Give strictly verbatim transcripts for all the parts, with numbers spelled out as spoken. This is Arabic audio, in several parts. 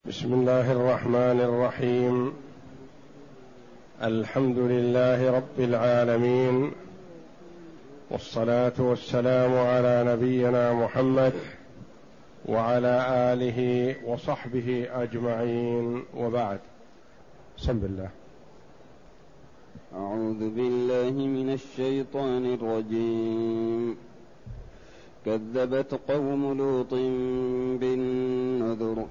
بسم الله الرحمن الرحيم. الحمد لله رب العالمين، والصلاة والسلام على نبينا محمد وعلى آله وصحبه أجمعين، وبعد. بسم الله. أعوذ بالله من الشيطان الرجيم. كذبت قوم لوط بالنذر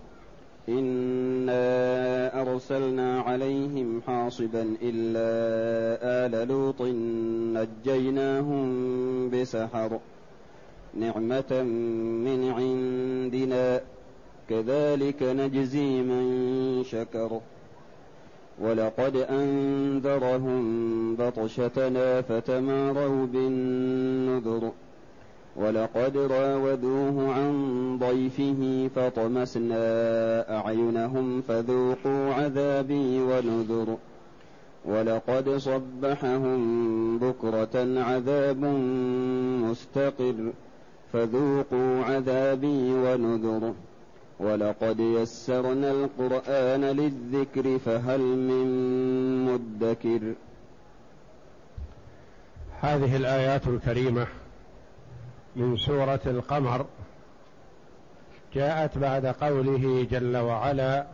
إنا أرسلنا عليهم حاصبا إلا آل لوط نجيناهم بسحر نعمة من عندنا كذلك نجزي من شكر ولقد أنذرهم بطشتنا فتماروا بالنذر ولقد راودوه عن ضيفه فطمسنا أعينهم فذوقوا عذابي ونذر ولقد صبحهم بكرة عذاب مستقر فذوقوا عذابي ونذر ولقد يسرنا القرآن للذكر فهل من مدكر. هذه الآيات الكريمة من سورة القمر جاءت بعد قوله جل وعلا: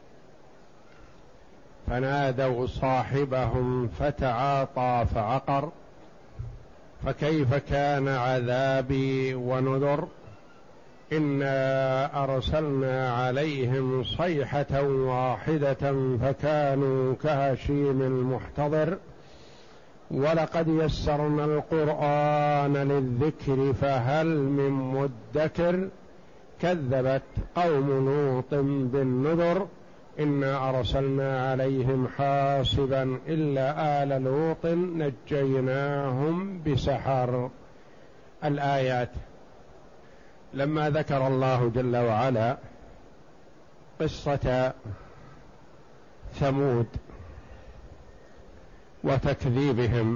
فنادوا صاحبهم فتعاطى فعقر فكيف كان عذابي ونذر إنا أرسلنا عليهم صيحة واحدة فكانوا كهشيم المحتضر ولقد يسرنا القرآن للذكر فهل من مدكر كذبت قوم لوط بالنذر إنا أرسلنا عليهم حاصبا إلا آل لوط نجيناهم بسحر. الآيات. لما ذكر الله جل وعلا قصة ثمود وتكذيبهم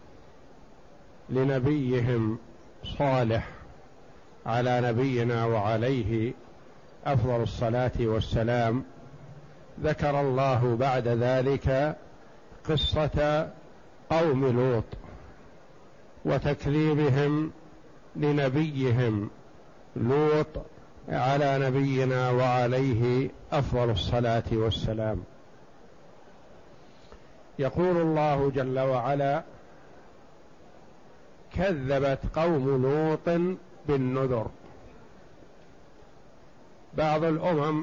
لنبيهم صالح على نبينا وعليه أفضل الصلاة والسلام، ذكر الله بعد ذلك قصة قوم لوط وتكذيبهم لنبيهم لوط على نبينا وعليه أفضل الصلاة والسلام. يقول الله جل وعلا: كذبت قوم لوط بالنذر. بعض الأمم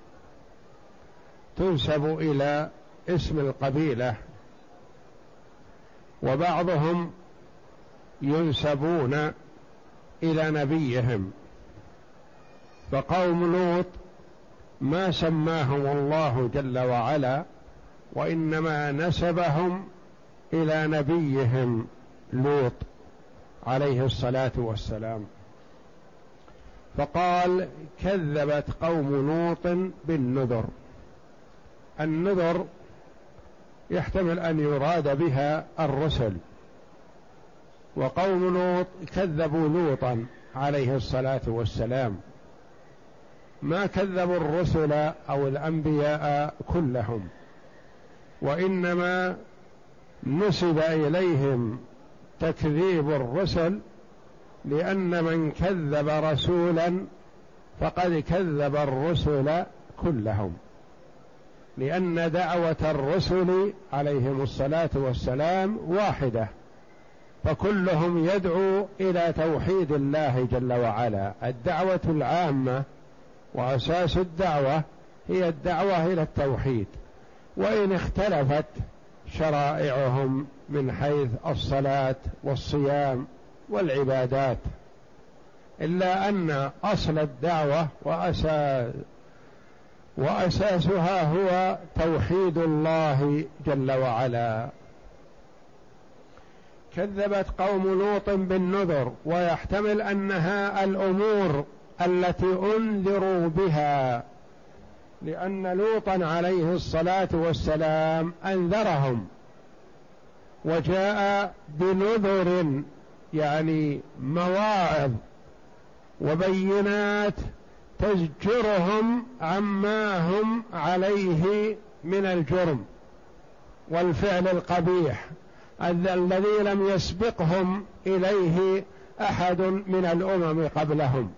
تنسب إلى اسم القبيلة، وبعضهم ينسبون إلى نبيهم، فقوم لوط ما سماهم الله جل وعلا، وإنما نسبهم إلى نبيهم لوط عليه الصلاة والسلام، فقال: كذبت قوم لوط بالنذر. النذر يحتمل أن يراد بها الرسل، وقوم لوط كذبوا لوطا عليه الصلاة والسلام، ما كذبوا الرسل أو الأنبياء كلهم، وإنما نسب إليهم تكذيب الرسل، لأن من كذب رسولا فقد كذب الرسل كلهم، لأن دعوة الرسل عليهم الصلاة والسلام واحدة، فكلهم يدعو إلى توحيد الله جل وعلا. الدعوة العامة وأساس الدعوة هي الدعوة إلى التوحيد، وإن اختلفت شرائعهم من حيث الصلاة والصيام والعبادات، إلا أن أصل الدعوة وأساس وأساسها هو توحيد الله جل وعلا. كذبت قوم لوط بالنذر، ويحتمل أنها الأمور التي أنذروا بها، لأن لوطا عليه الصلاة والسلام أنذرهم وجاء بنذر، يعني مواعظ وبينات تزجرهم عما هم عليه من الجرم والفعل القبيح الذي لم يسبقهم إليه أحد من الأمم قبلهم،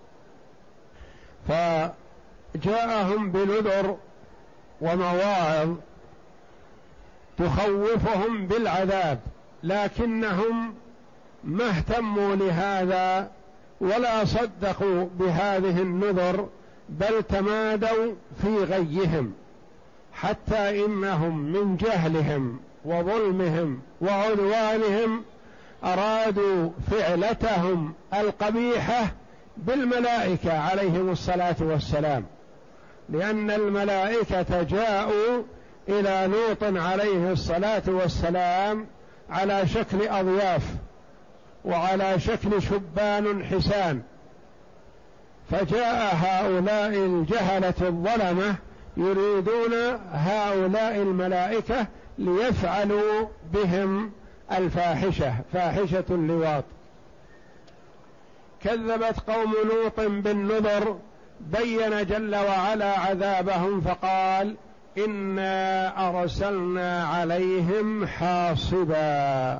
فجاءهم بنذر ومواعظ تخوفهم بالعذاب، لكنهم ما اهتموا لهذا ولا صدقوا بهذه النذر، بل تمادوا في غيهم، حتى إنهم من جهلهم وظلمهم وعدوانهم أرادوا فعلتهم القبيحة بالملائكة عليهم الصلاة والسلام، لأن الملائكة جاءوا إلى لوط عليه الصلاة والسلام على شكل أضياف وعلى شكل شبان حسان، فجاء هؤلاء الجهلة الظلمة يريدون هؤلاء الملائكة ليفعلوا بهم الفاحشة، فاحشة اللواط. كذبت قوم لوط بالنذر، بين جل وعلا عذابهم فقال إنا أرسلنا عليهم حاصبا.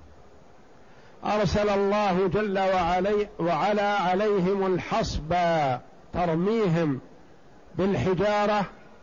أرسل الله جل وعلا عليهم الحصبا، ترميهم بالحجارة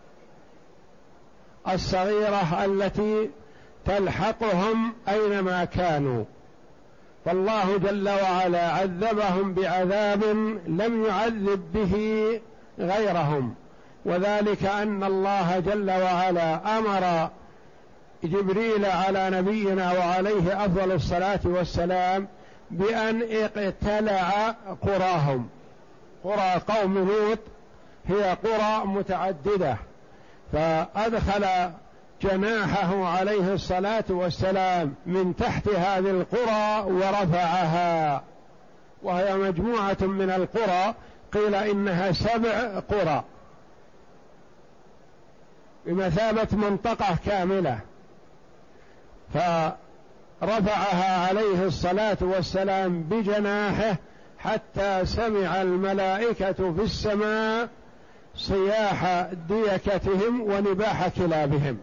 الصغيرة التي تلحقهم أينما كانوا، فالله جل وعلا عذبهم بعذاب لم يعذب به غيرهم، وذلك أن الله جل وعلا أمر جبريل على نبينا وعليه أفضل الصلاة والسلام بأن اقتلع قراهم. قرى قوم لوط هي قرى متعددة، فأدخل جناحه عليه الصلاة والسلام من تحت هذه القرى ورفعها، وهي مجموعة من القرى، قيل إنها سبع قرى بمثابة منطقة كاملة، فرفعها عليه الصلاة والسلام بجناحه حتى سمع الملائكة في السماء صياح ديكتهم ونباح كلابهم،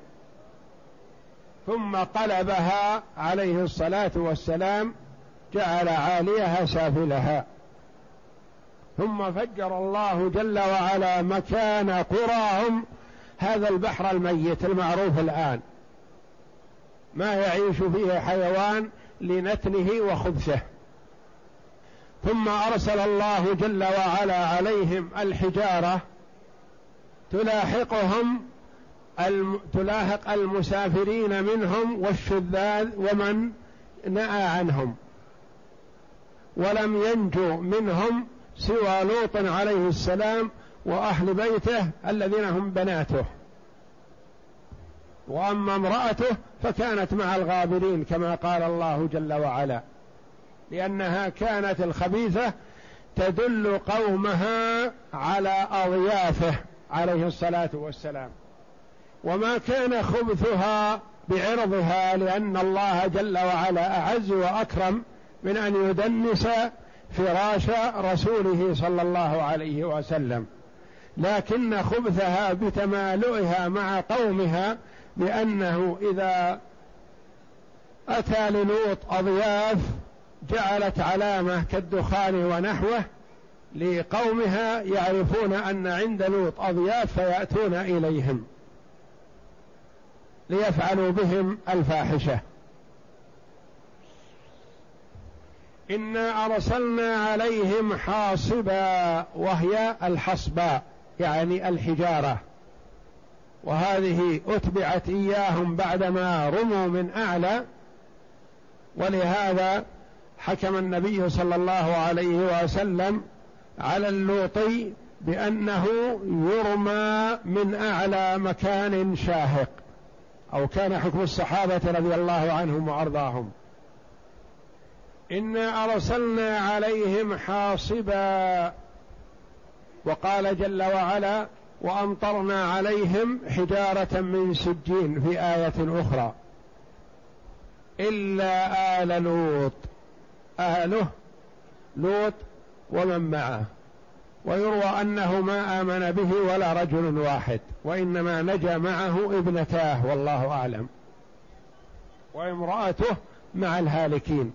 ثم قلبها عليه الصلاة والسلام جعل عاليها سافلها، ثم فجر الله جل وعلا مكان قراهم هذا البحر الميت المعروف الآن، ما يعيش فيه حيوان لنتنه وخبثه. ثم أرسل الله جل وعلا عليهم الحجارة تلاحقهم الم... تلاحق المسافرين منهم والشذاذ ومن نأى عنهم، ولم ينجو منهم سوى لوط عليه السلام وأهل بيته الذين هم بناته، وأما امرأته فكانت مع الغابرين كما قال الله جل وعلا، لأنها كانت الخبيثة تدل قومها على أضيافه عليه الصلاة والسلام، وما كان خبثها بعرضها، لأن الله جل وعلا أعز وأكرم من أن يدنس فراش رسوله صلى الله عليه وسلم، لكن خبثها بتمالؤها مع قومها، لأنه إذا أتى للوط أضياف جعلت علامة كالدخان ونحوه لقومها يعرفون أن عند لوط أضياف فيأتون إليهم ليفعلوا بهم الفاحشة. إنا أرسلنا عليهم حاصبا، وهي الحصباء يعني الحجارة، وهذه أتبعت إياهم بعدما رموا من أعلى، ولهذا حكم النبي صلى الله عليه وسلم على اللوطي بأنه يرمى من أعلى مكان شاهق، أو كان حكم الصحابة رضي الله عنهم وأرضاهم. إنا أرسلنا عليهم حاصبا، وقال جل وعلا وأمطرنا عليهم حجارة من سجين في آية أخرى، إلا آل لوط، أهله لوط ومن معه، ويروى أنه ما آمن به ولا رجل واحد، وإنما نجا معه ابنتاه والله أعلم، وامرأته مع الهالكين.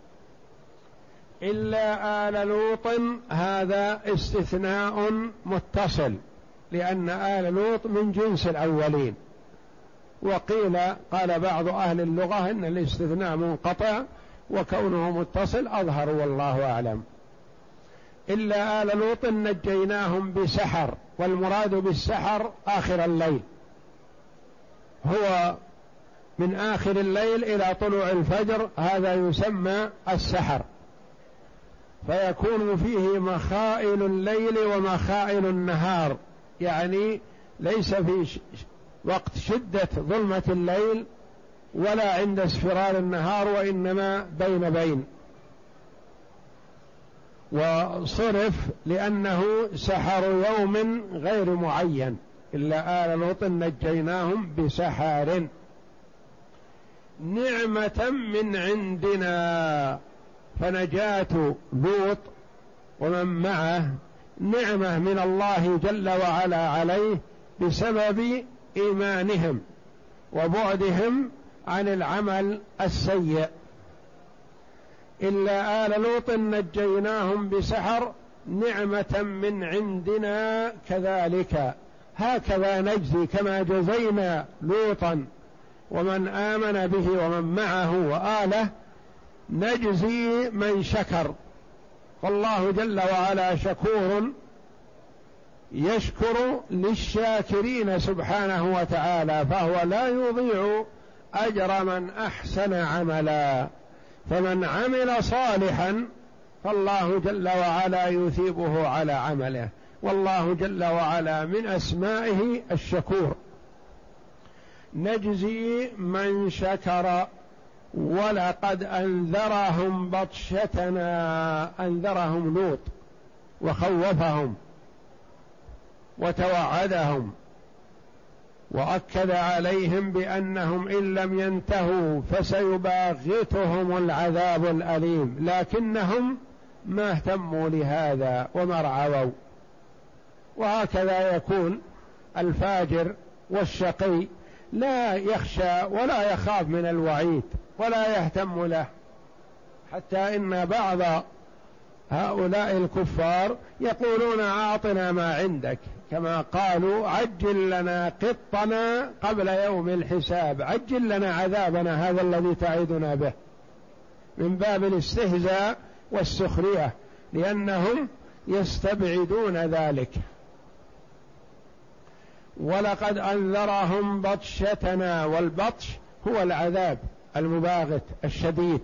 إلا آل لوط هذا استثناء متصل، لأن آل لوط من جنس الأولين. وقيل قال بعض أهل اللغة إن الاستثناء منقطع وكونه متصل أظهر والله أعلم. إلا آل لوط نجيناهم بسحر، والمراد بالسحر آخر الليل، هو من آخر الليل إلى طلوع الفجر، هذا يسمى السحر، فيكون فيه مخائل الليل ومخائل النهار، يعني ليس في وقت شدة ظلمة الليل ولا عند اصفرار النهار، وإنما بين بين. وصرف لأنه سحر يوم غير معين. إلا آل لوط نجيناهم بسحر نعمة من عندنا، فنجاة لوط ومن معه نعمة من الله جل وعلا عليه بسبب إيمانهم وبعدهم عن العمل السيء. إلا آل لوط نجيناهم بسحر نعمة من عندنا كذلك، هكذا نجزي كما جزينا لوطا ومن آمن به ومن معه وآله، نجزي من شكر. فالله جل وعلا شكور يشكر للشاكرين سبحانه وتعالى، فهو لا يضيع أجر من أحسن عملا. فمن عمل صالحا فالله جل وعلا يثيبه على عمله، والله جل وعلا من أسمائه الشكور. نجزي من شكر. ولقد أنذرهم بطشتنا، أنذرهم لوط وخوفهم وتوعدهم، وأكد عليهم بأنهم إن لم ينتهوا فسيباغتهم العذاب الأليم، لكنهم ما اهتموا لهذا وما رعوا. وهكذا يكون الفاجر والشقي، لا يخشى ولا يخاف من الوعيد ولا يهتم له، حتى إن بعض هؤلاء الكفار يقولون أعطنا ما عندك، كما قالوا عجل لنا قطنا قبل يوم الحساب، عجل لنا عذابنا هذا الذي تعيدنا به، من باب الاستهزاء والسخرية، لأنهم يستبعدون ذلك. ولقد أنذرهم بطشتنا، والبطش هو العذاب المباغت الشديد،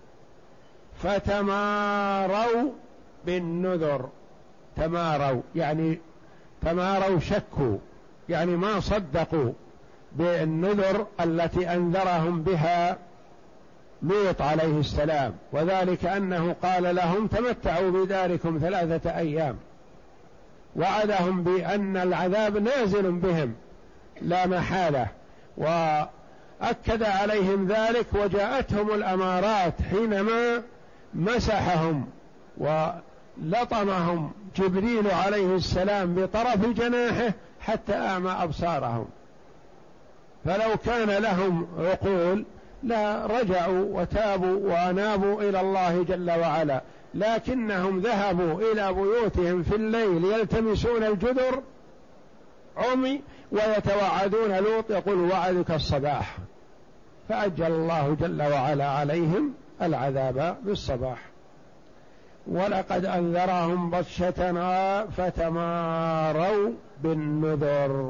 فتماروا بالنذر. تماروا يعني تماروا شكوا، يعني ما صدقوا بالنذر التي أنذرهم بها لوط عليه السلام، وذلك أنه قال لهم تمتعوا بداركم ثلاثة أيام، وعدهم بأن العذاب نازل بهم لا محالة، وأكد عليهم ذلك. وجاءتهم الأمارات حينما مسحهم ولطمهم جبريل عليه السلام بطرف جناحه حتى أعمى أبصارهم، فلو كان لهم عقول لا رجعوا وتابوا وأنابوا إلى الله جل وعلا، لكنهم ذهبوا إلى بيوتهم في الليل يلتمسون الجدر عمي، ويتوعدون لوط يقول وعدك الصباح، فأجل الله جل وعلا عليهم العذاب بالصباح. ولقد أنذرهم بطشتنا فتماروا بالنذر.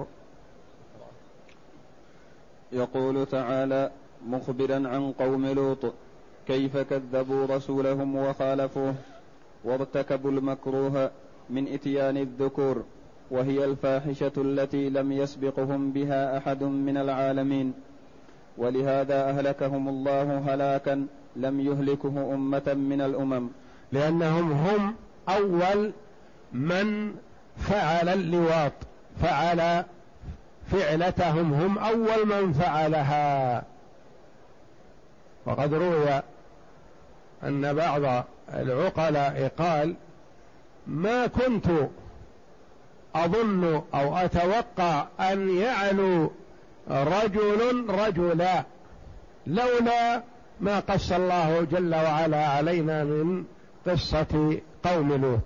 يقول تعالى مخبرا عن قوم لوط كيف كذبوا رسولهم وخالفوه وارتكبوا المكروه من إتيان الذكور، وهي الفاحشة التي لم يسبقهم بها أحد من العالمين، ولهذا أهلكهم الله هلاكا لم يهلكه أمة من الأمم، لأنهم هم أول من فعل اللواط، فعل فعلتهم، هم أول من فعلها. وقد روي أن بعض العقلاء قال ما كنت أظن أو أتوقع أن يعلو رجل رجلا لولا ما قص الله جل وعلا علينا من قصة قوم لوط،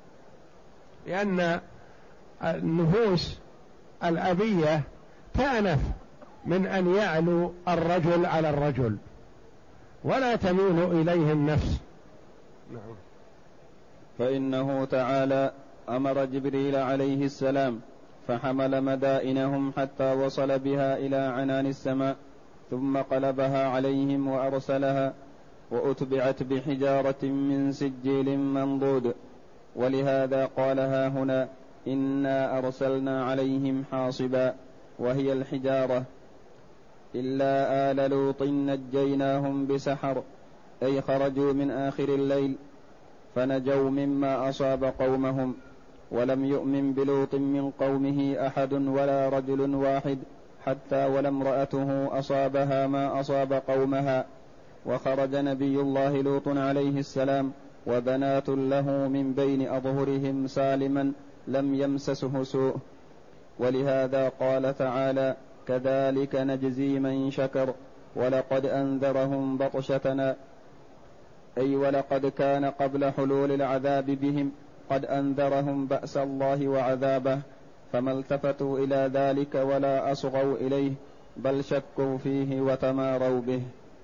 لأن النفوس الأبية تأنف من أن يعلو الرجل على الرجل ولا تميل إليه النفس. نعم. فإنه تعالى أمر جبريل عليه السلام فحمل مدائنهم حتى وصل بها إلى عنان السماء، ثم قلبها عليهم وأرسلها، وأتبعت بحجارة من سجيل منضود. ولهذا قالها هنا إنا أرسلنا عليهم حاصبا، وهي الحجارة. إلا آل لوط نجيناهم بسحر، أي خرجوا من آخر الليل فنجوا مما أصاب قومهم. ولم يؤمن بلوط من قومه أحد ولا رجل واحد، حتى ولا امرأته أصابها ما أصاب قومها. وخرج نبي الله لوط عليه السلام وبنات له من بين أظهرهم سالما لم يمسسه سوء. ولهذا قال تعالى كذلك نجزي من شكر، ولقد أنذرهم بطشتنا، أي ولقد كان قبل حلول العذاب بهم قد أنذرهم بأس الله وعذابه، فما التفتوا إلى ذلك ولا أصغوا إليه، بل شكوا فيه وتماروا به.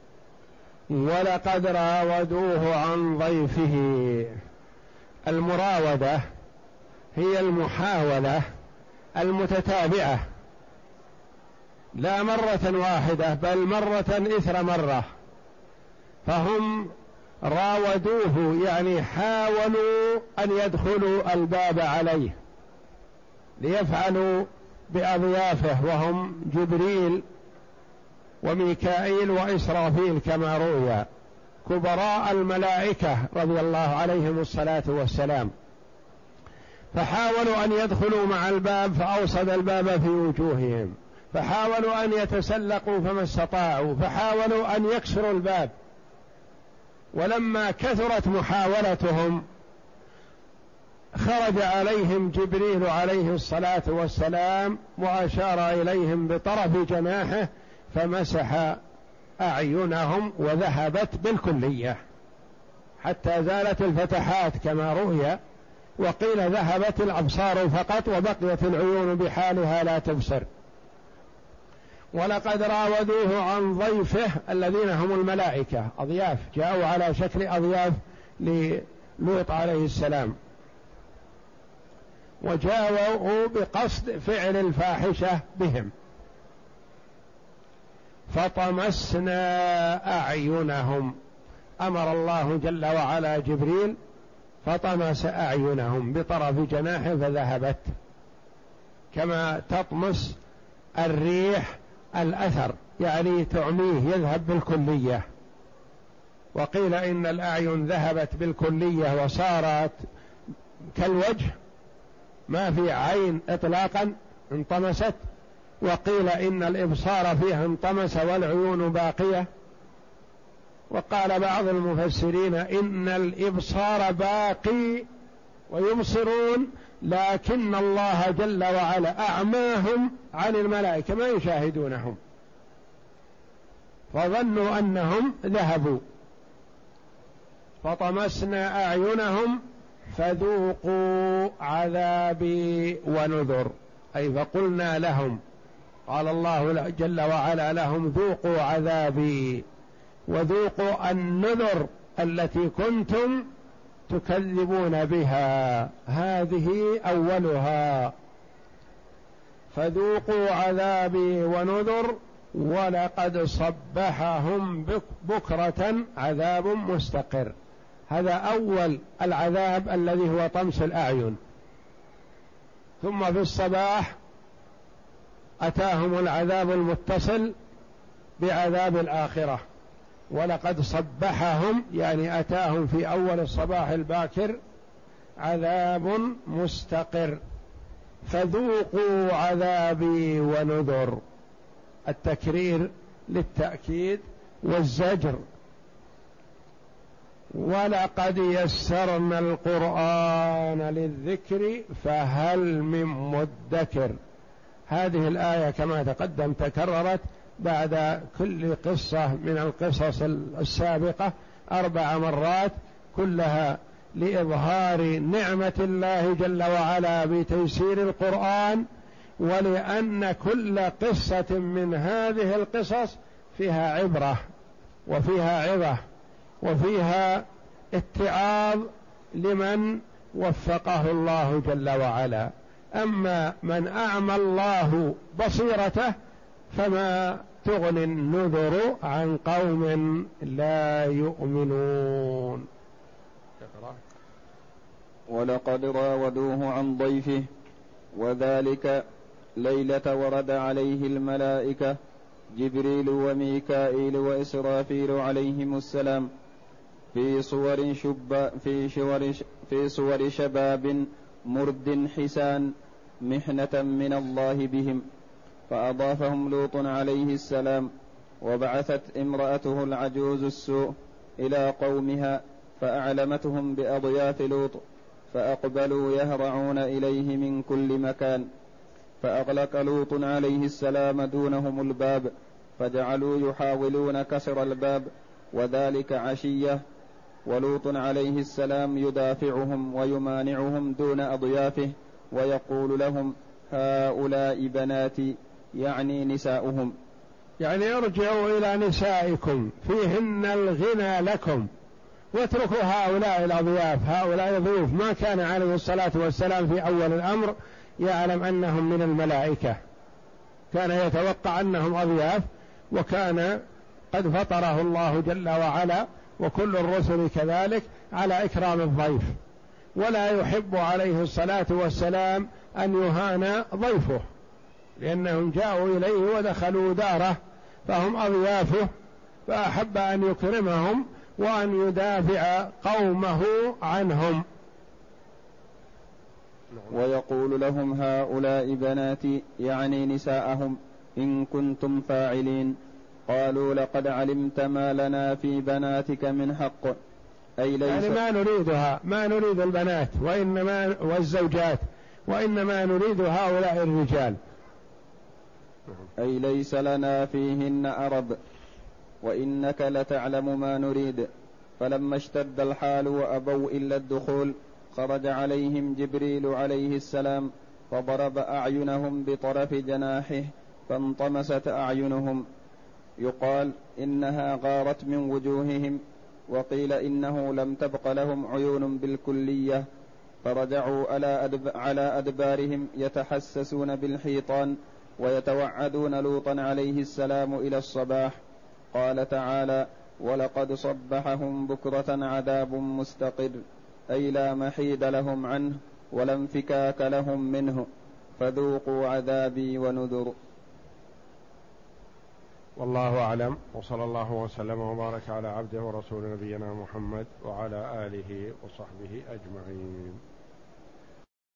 ولقد راودوه عن ضيفه. المراودة هي المحاولة المتتابعة، لا مرة واحدة بل مرة إثر مرة. فهم راودوه يعني حاولوا أن يدخلوا الباب عليه ليفعلوا بأضيافه، وهم جبريل وميكائيل وإسرافيل كما روي، كبراء الملائكة رضي الله عليهم الصلاة والسلام. فحاولوا أن يدخلوا مع الباب فأوصد الباب في وجوههم، فحاولوا أن يتسلقوا فما استطاعوا، فحاولوا أن يكسروا الباب. ولما كثرت محاولتهم خرج عليهم جبريل عليه الصلاة والسلام وأشار إليهم بطرف جناحه فمسح أعينهم وذهبت بالكلية حتى زالت الفتحات كما روي، وقيل ذهبت الأبصار فقط وبقيت العيون بحالها لا تبصر. ولقد راودوه عن ضيفه الذين هم الملائكة، أضياف جاءوا على شكل أضياف للوط عليه السلام، وجاءوا بقصد فعل الفاحشة بهم. فطمسنا أعينهم، أمر الله جل وعلا جبريل فطمس أعينهم بطرف جناحه فذهبت، كما تطمس الريح الأثر يعني تعميه يذهب بالكلية. وقيل إن الأعين ذهبت بالكلية وصارت كالوجه ما في عين إطلاقا انطمست، وقيل إن الإبصار فيها انطمس والعيون باقية. وقال بعض المفسرين إن الإبصار باقي ويبصرون، لكن الله جل وعلا أعماهم عن الملائكة ما يشاهدونهم، فظنوا أنهم ذهبوا. فطمسنا أعينهم فذوقوا عذابي ونذر، أي فقلنا لهم، قال الله جل وعلا لهم ذوقوا عذابي وذوقوا النذر التي كنتم تكذبون بها، هذه أولها. فذوقوا عذابي ونذر ولقد صبحهم بكرة عذاب مستقر. هذا أول العذاب الذي هو طمس الأعين. ثم في الصباح أتاهم العذاب المتصل بعذاب الآخرة. ولقد صبحهم يعني أتاهم في أول الصباح الباكر عذاب مستقر. فذوقوا عذابي ونذر، التكرير للتأكيد والزجر. ولقد يسرنا القرآن للذكر فهل من مدكر. هذه الآية كما تقدم تكررت بعد كل قصة من القصص السابقة أربع مرات، كلها لإظهار نعمة الله جل وعلا بتيسير القرآن، ولأن كل قصة من هذه القصص فيها عبرة وفيها عظة وفيها اتعاظ لمن وفقه الله جل وعلا. أما من أعمى الله بصيرته فما تغني النذر عن قوم لا يؤمنون. ولقد راودوه عن ضيفه وذلك ليلة ورد عليه الملائكة جبريل وميكائيل وإسرافيل عليهم السلام في صور شب في صور في صور شباب مرد حسان محنة من الله بهم، فأضافهم لوط عليه السلام. وبعثت امرأته العجوز السوء إلى قومها فأعلمتهم بأضياف لوط، فأقبلوا يهرعون إليه من كل مكان، فأغلق لوط عليه السلام دونهم الباب، فجعلوا يحاولون كسر الباب وذلك عشية، ولوط عليه السلام يدافعهم ويمانعهم دون أضيافه، ويقول لهم هؤلاء بناتي، يعني نساؤهم، يعني ارجعوا إلى نسائكم فيهن الغنى لكم، واتركوا هؤلاء الأضياف، هؤلاء ضيوف. ما كان عليه الصلاة والسلام في أول الأمر يعلم أنهم من الملائكة، كان يتوقع أنهم أضياف، وكان قد فطره الله جل وعلا وكل الرسل كذلك على إكرام الضيف، ولا يحب عليه الصلاة والسلام أن يهان ضيفه، لأنهم جاءوا إليه ودخلوا داره فهم أضيافه، فأحب أن يكرمهم وأن يدافع قومه عنهم. ويقول لهم هؤلاء بناتي، يعني نساءهم، إن كنتم فاعلين. قالوا لقد علمت ما لنا في بناتك من حق، أي ليس يعني ما نريدها، ما نريد البنات وإنما والزوجات، وإنما نريد هؤلاء الرجال، أي ليس لنا فيهن أرب، وإنك لتعلم ما نريد. فلما اشتد الحال وأبوا إلا الدخول خرج عليهم جبريل عليه السلام فضرب أعينهم بطرف جناحه فانطمست أعينهم، يقال إنها غارت من وجوههم، وقيل إنه لم تبق لهم عيون بالكلية، فرجعوا على أدبارهم يتحسسون بالحيطان ويتوعدون لوطا عليه السلام إلى الصباح. قال تعالى ولقد صبحهم بكرة عذاب مستقر، أي لا محيد لهم عنه ولا انفكاك لهم منه، فذوقوا عذابي ونذر. والله أعلم، وصلى الله وسلم وبارك على عبده ورسول نبينا محمد وعلى آله وصحبه أجمعين.